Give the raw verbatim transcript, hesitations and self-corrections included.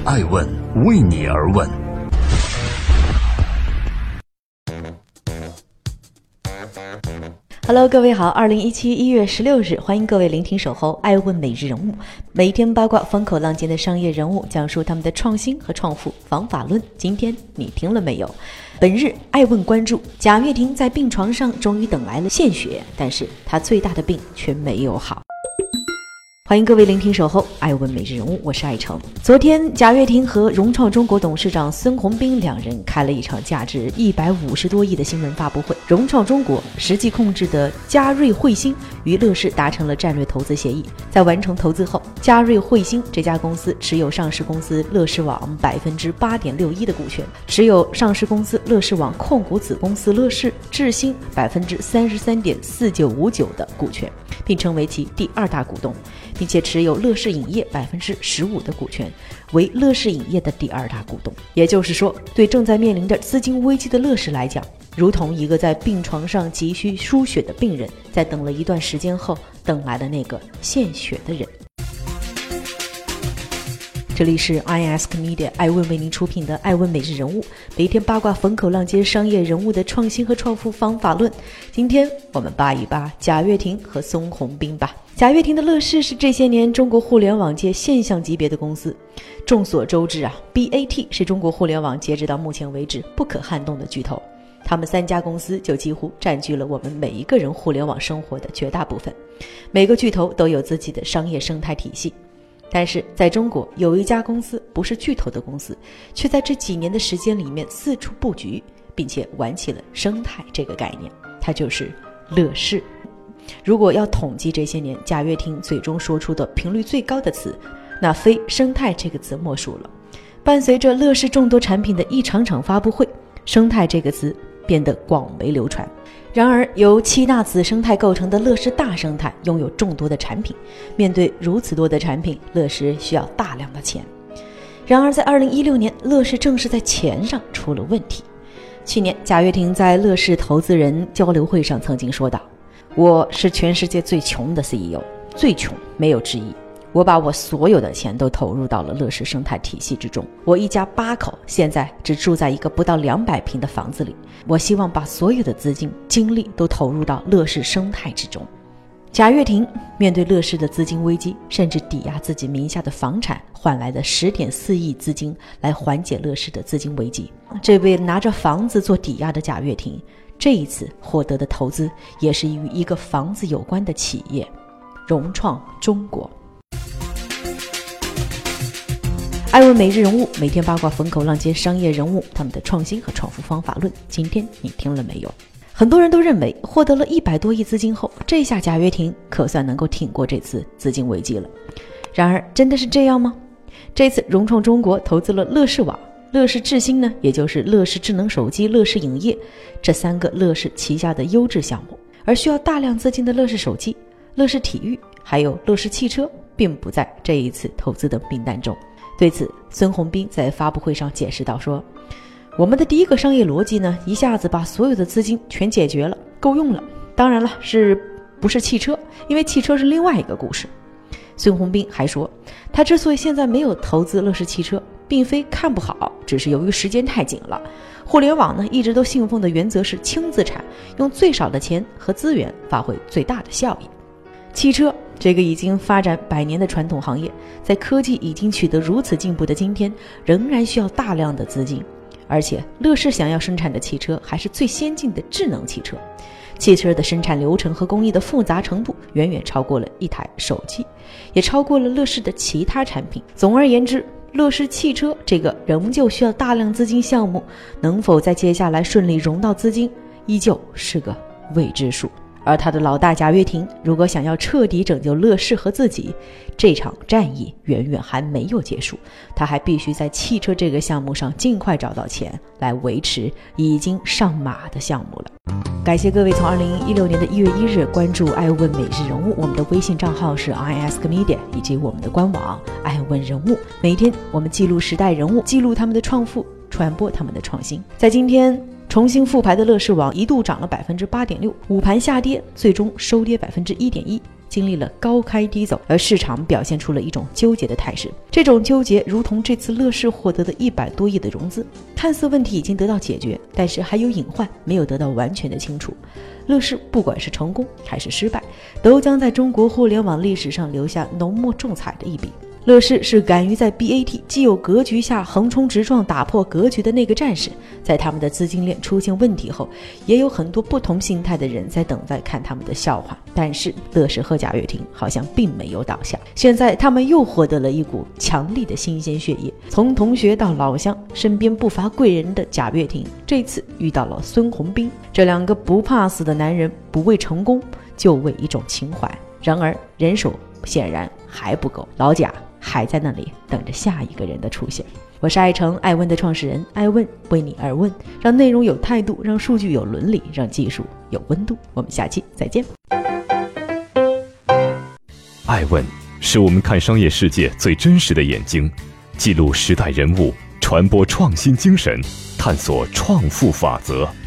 爱问为你而问。 Hello， 各位好，二零一七一月十六日，欢迎各位聆听守候爱问每日人物，每天八卦风口浪尖的商业人物，讲述他们的创新和创富方法论。今天你听了没有？本日爱问关注贾跃亭在病床上终于等来了献血，但是他最大的病却没有好。欢迎各位聆听守候爱问每日人物，我是爱成。昨天贾跃亭和融创中国董事长孙宏斌两人开了一场价值一百五十多亿的新闻发布会。融创中国实际控制的嘉瑞汇鑫与乐视达成了战略投资协议，在完成投资后，嘉瑞汇鑫这家公司持有上市公司乐视网 百分之八点六一 的股权，持有上市公司乐视网控股子公司乐视智新 百分之三十三点四九五九 的股权，并成为其第二大股东，并且持有乐视影业 百分之十五 的股权，为乐视影业的第二大股东。也就是说，对正在面临着资金危机的乐视来讲，如同一个在病床上急需输血的病人，在等了一段时间后，等来了那个献血的人。这里是 I Ask Media 爱问为您出品的爱问每日人物，每天八卦风口浪尖商业人物的创新和创富方法论。今天我们扒一扒贾跃亭和孙宏斌吧。贾跃亭的乐视是这些年中国互联网界现象级别的公司。众所周知啊 B A T 是中国互联网截止到目前为止不可撼动的巨头，他们三家公司就几乎占据了我们每一个人互联网生活的绝大部分。每个巨头都有自己的商业生态体系，但是在中国有一家公司不是巨头的公司，却在这几年的时间里面四处布局，并且玩起了生态这个概念，它就是乐视。如果要统计这些年贾跃亭嘴中说出的频率最高的词，那非生态这个词莫属了。伴随着乐视众多产品的一场场发布会，生态这个词变得广为流传。然而由七大子生态构成的乐视大生态拥有众多的产品，面对如此多的产品，乐视需要大量的钱。然而在二零一六年，乐视正是在钱上出了问题。去年贾跃亭在乐视投资人交流会上曾经说道，我是全世界最穷的 C E O， 最穷没有之一，我把我所有的钱都投入到了乐视生态体系之中。我一家八口现在只住在一个不到两百平的房子里，我希望把所有的资金精力都投入到乐视生态之中。贾跃亭面对乐视的资金危机，甚至抵押自己名下的房产换来了 十点四亿资金来缓解乐视的资金危机。这位拿着房子做抵押的贾跃亭，这一次获得的投资也是与一个房子有关的企业融创中国。爱问每日人物，每天八卦风口浪尖商业人物，他们的创新和创富方法论。今天你听了没有？很多人都认为获得了一百多亿资金后，这下贾跃亭可算能够挺过这次资金危机了。然而真的是这样吗？这次融创中国投资了乐视网、乐视智新呢，也就是乐视智能手机、乐视影业这三个乐视旗下的优质项目，而需要大量资金的乐视手机、乐视体育还有乐视汽车并不在这一次投资的名单中。对此，孙宏斌在发布会上解释到说，我们的第一个商业逻辑呢，一下子把所有的资金全解决了，够用了。当然了，是不是汽车？因为汽车是另外一个故事。孙宏斌还说，他之所以现在没有投资乐视汽车，并非看不好，只是由于时间太紧了。互联网呢，一直都信奉的原则是轻资产，用最少的钱和资源发挥最大的效益。汽车这个已经发展百年的传统行业，在科技已经取得如此进步的今天，仍然需要大量的资金。而且乐视想要生产的汽车还是最先进的智能汽车，汽车的生产流程和工艺的复杂程度远远超过了一台手机，也超过了乐视的其他产品。总而言之，乐视汽车这个仍旧需要大量资金项目，能否在接下来顺利融到资金，依旧是个未知数。而他的老大贾跃亭如果想要彻底拯救乐视和自己，这场战役远远还没有结束，他还必须在汽车这个项目上尽快找到钱来维持已经上马的项目了。感谢各位从二零一六年的一月一日关注爱问每日人物，我们的微信账号是 I Ask Media， 以及我们的官网爱问人物。每天我们记录时代人物，记录他们的创富，传播他们的创新。在今天重新复牌的乐视网一度涨了 百分之八点六， 午盘下跌，最终收跌 百分之一点一。 经历了高开低走，而市场表现出了一种纠结的态势。这种纠结如同这次乐视获得的一百多亿的融资，看似问题已经得到解决，但是还有隐患没有得到完全的清除。乐视不管是成功还是失败，都将在中国互联网历史上留下浓墨重彩的一笔。乐视是敢于在 B A T 既有格局下横冲直撞打破格局的那个战士，在他们的资金链出现问题后，也有很多不同心态的人在等待看他们的笑话。但是乐视和贾跃亭好像并没有倒下，现在他们又获得了一股强力的新鲜血液。从同学到老乡，身边不乏贵人的贾跃亭，这次遇到了孙宏斌，这两个不怕死的男人，不为成功，就为一种情怀。然而人手显然还不够，老贾还在那里等着下一个人的出现。我是爱成爱问的创始人，爱问为你而问，让内容有态度，让数据有伦理，让技术有温度。我们下期再见。 爱问是我们看商业世界最真实的眼睛，记录时代人物，传播创新精神，探索创富法则。